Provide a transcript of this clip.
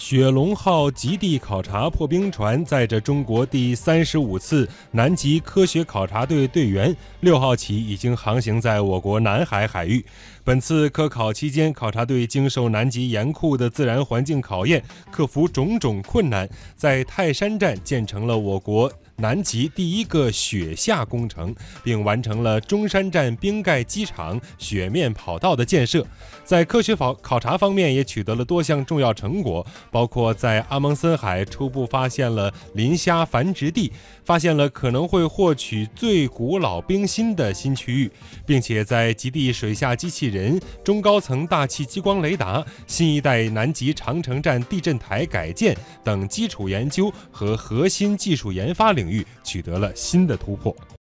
雪龙号极地考察破冰船载着中国第35次南极科学考察队队员6号起已经航行在我国南海海域。本次科考期间，考察队经受南极严酷的自然环境考验，克服种种困难，在泰山站建成了我国南极第一个雪下工程，并完成了中山站冰盖机场雪面跑道的建设。在科学考察方面也取得了多项重要成果，包括在阿蒙森海初步发现了磷虾繁殖地，发现了可能会获取最古老冰芯的新区域，并且在极地水下机器人、中高层大气激光雷达、新一代南极长城站地震台改建等基础研究和核心技术研发领域取得了新的突破。